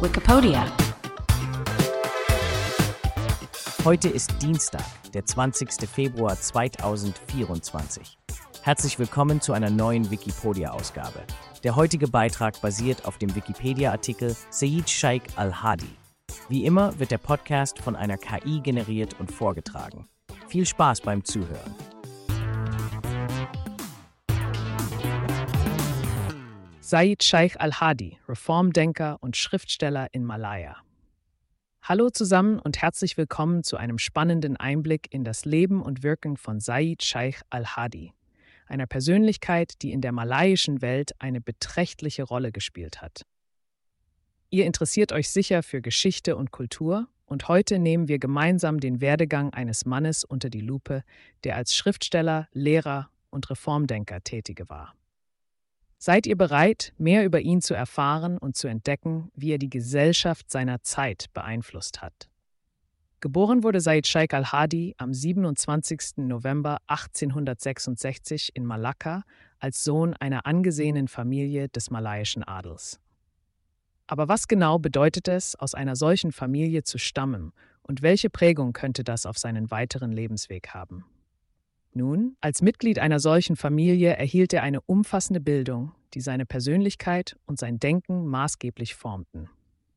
Wikipedia. Heute ist Dienstag, der 20. Februar 2024. Herzlich willkommen zu einer neuen Wikipedia-Ausgabe. Der heutige Beitrag basiert auf dem Wikipedia-Artikel Said Sheikh Al-Hadi. Wie immer wird der Podcast von einer KI generiert und vorgetragen. Viel Spaß beim Zuhören. Said Sheikh Al-Hadi, Reformdenker und Schriftsteller in Malaya. Hallo zusammen und herzlich willkommen zu einem spannenden Einblick in das Leben und Wirken von Said Sheikh Al-Hadi, einer Persönlichkeit, die in der malaiischen Welt eine beträchtliche Rolle gespielt hat. Ihr interessiert euch sicher für Geschichte und Kultur und heute nehmen wir gemeinsam den Werdegang eines Mannes unter die Lupe, der als Schriftsteller, Lehrer und Reformdenker tätig war. Seid ihr bereit, mehr über ihn zu erfahren und zu entdecken, wie er die Gesellschaft seiner Zeit beeinflusst hat? Geboren wurde Said Sheikh Al-Hadi am 27. November 1866 in Malakka als Sohn einer angesehenen Familie des malaiischen Adels. Aber was genau bedeutet es, aus einer solchen Familie zu stammen und welche Prägung könnte das auf seinen weiteren Lebensweg haben? Nun, als Mitglied einer solchen Familie erhielt er eine umfassende Bildung, die seine Persönlichkeit und sein Denken maßgeblich formten.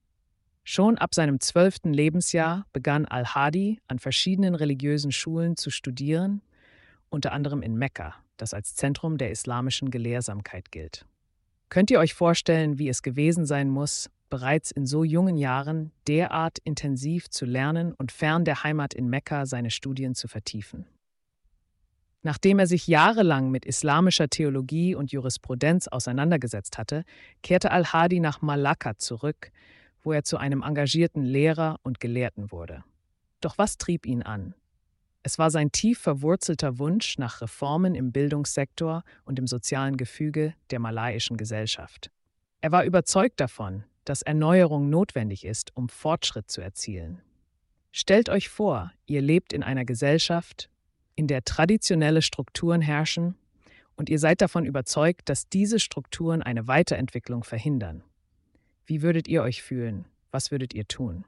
Schon ab seinem 12. Lebensjahr begann Al-Hadi an verschiedenen religiösen Schulen zu studieren, unter anderem in Mekka, das als Zentrum der islamischen Gelehrsamkeit gilt. Könnt ihr euch vorstellen, wie es gewesen sein muss, bereits in so jungen Jahren derart intensiv zu lernen und fern der Heimat in Mekka seine Studien zu vertiefen? Nachdem er sich jahrelang mit islamischer Theologie und Jurisprudenz auseinandergesetzt hatte, kehrte Al-Hadi nach Malakka zurück, wo er zu einem engagierten Lehrer und Gelehrten wurde. Doch was trieb ihn an? Es war sein tief verwurzelter Wunsch nach Reformen im Bildungssektor und im sozialen Gefüge der malaiischen Gesellschaft. Er war überzeugt davon, dass Erneuerung notwendig ist, um Fortschritt zu erzielen. Stellt euch vor, ihr lebt in einer Gesellschaft, in der traditionelle Strukturen herrschen und ihr seid davon überzeugt, dass diese Strukturen eine Weiterentwicklung verhindern. Wie würdet ihr euch fühlen? Was würdet ihr tun?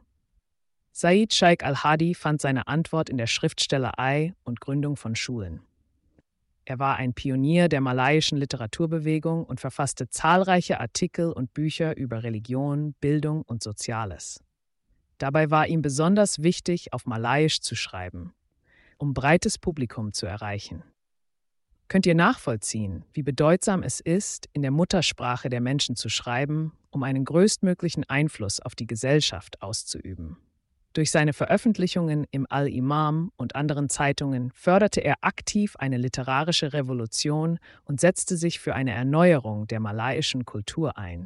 Said Sheikh Al-Hadi fand seine Antwort in der Schriftstellerei und Gründung von Schulen. Er war ein Pionier der malaiischen Literaturbewegung und verfasste zahlreiche Artikel und Bücher über Religion, Bildung und Soziales. Dabei war ihm besonders wichtig, auf Malaiisch zu schreiben, um breites Publikum zu erreichen. Könnt ihr nachvollziehen, wie bedeutsam es ist, in der Muttersprache der Menschen zu schreiben, um einen größtmöglichen Einfluss auf die Gesellschaft auszuüben? Durch seine Veröffentlichungen im Al-Imam und anderen Zeitungen förderte er aktiv eine literarische Revolution und setzte sich für eine Erneuerung der malaiischen Kultur ein.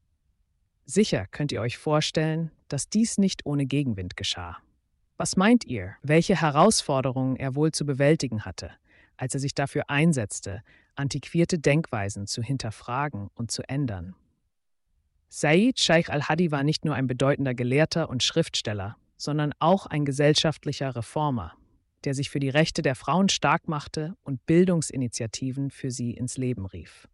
Sicher könnt ihr euch vorstellen, dass dies nicht ohne Gegenwind geschah. Was meint ihr, welche Herausforderungen er wohl zu bewältigen hatte, als er sich dafür einsetzte, antiquierte Denkweisen zu hinterfragen und zu ändern? Said Sheikh Al-Hadi war nicht nur ein bedeutender Gelehrter und Schriftsteller, sondern auch ein gesellschaftlicher Reformer, der sich für die Rechte der Frauen stark machte und Bildungsinitiativen für sie ins Leben rief.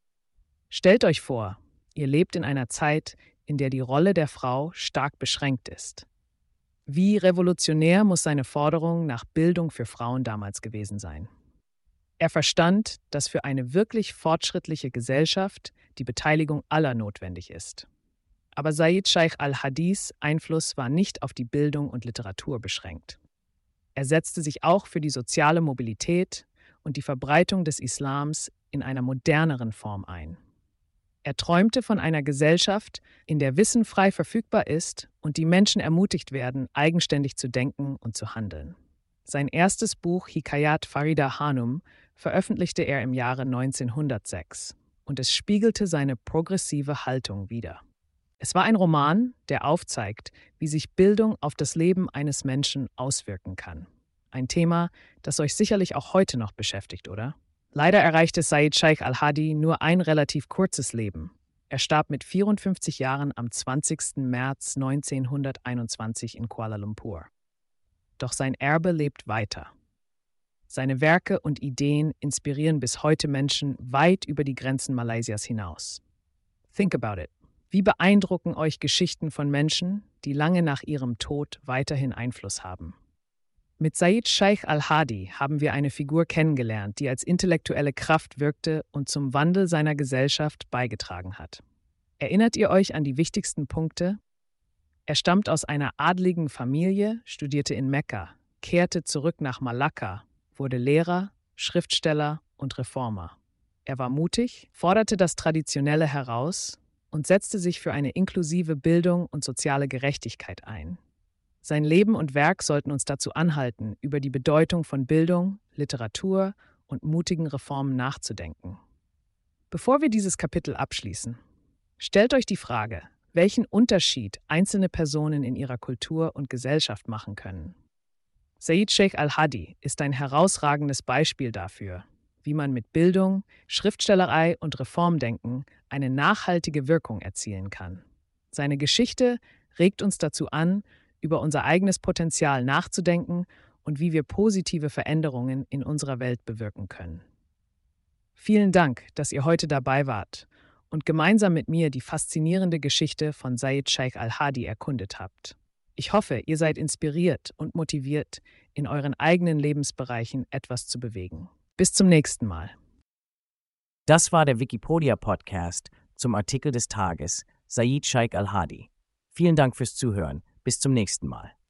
Stellt euch vor, ihr lebt in einer Zeit, in der die Rolle der Frau stark beschränkt ist. Wie revolutionär muss seine Forderung nach Bildung für Frauen damals gewesen sein? Er verstand, dass für eine wirklich fortschrittliche Gesellschaft die Beteiligung aller notwendig ist. Aber Said Sheikh Al-Hadis Einfluss war nicht auf die Bildung und Literatur beschränkt. Er setzte sich auch für die soziale Mobilität und die Verbreitung des Islams in einer moderneren Form ein. Er träumte von einer Gesellschaft, in der Wissen frei verfügbar ist und die Menschen ermutigt werden, eigenständig zu denken und zu handeln. Sein erstes Buch Hikayat Farida Hanum veröffentlichte er im Jahre 1906 und es spiegelte seine progressive Haltung wider. Es war ein Roman, der aufzeigt, wie sich Bildung auf das Leben eines Menschen auswirken kann. Ein Thema, das euch sicherlich auch heute noch beschäftigt, oder? Leider erreichte Said Sheikh Al-Hadi nur ein relativ kurzes Leben. Er starb mit 54 Jahren am 20. März 1921 in Kuala Lumpur. Doch sein Erbe lebt weiter. Seine Werke und Ideen inspirieren bis heute Menschen weit über die Grenzen Malaysias hinaus. Think about it. Wie beeindrucken euch Geschichten von Menschen, die lange nach ihrem Tod weiterhin Einfluss haben? Mit Said Cheikh Al-Hadi haben wir eine Figur kennengelernt, die als intellektuelle Kraft wirkte und zum Wandel seiner Gesellschaft beigetragen hat. Erinnert ihr euch an die wichtigsten Punkte? Er stammt aus einer adligen Familie, studierte in Mekka, kehrte zurück nach Malakka, wurde Lehrer, Schriftsteller und Reformer. Er war mutig, forderte das Traditionelle heraus und setzte sich für eine inklusive Bildung und soziale Gerechtigkeit ein. Sein Leben und Werk sollten uns dazu anhalten, über die Bedeutung von Bildung, Literatur und mutigen Reformen nachzudenken. Bevor wir dieses Kapitel abschließen, stellt euch die Frage, welchen Unterschied einzelne Personen in ihrer Kultur und Gesellschaft machen können. Said Cheikh Al-Hadi ist ein herausragendes Beispiel dafür, wie man mit Bildung, Schriftstellerei und Reformdenken eine nachhaltige Wirkung erzielen kann. Seine Geschichte regt uns dazu an, über unser eigenes Potenzial nachzudenken und wie wir positive Veränderungen in unserer Welt bewirken können. Vielen Dank, dass ihr heute dabei wart und gemeinsam mit mir die faszinierende Geschichte von Said Cheikh Al-Hadi erkundet habt. Ich hoffe, ihr seid inspiriert und motiviert, in euren eigenen Lebensbereichen etwas zu bewegen. Bis zum nächsten Mal. Das war der Wikipedia-Podcast zum Artikel des Tages Said Cheikh Al-Hadi. Vielen Dank fürs Zuhören. Bis zum nächsten Mal.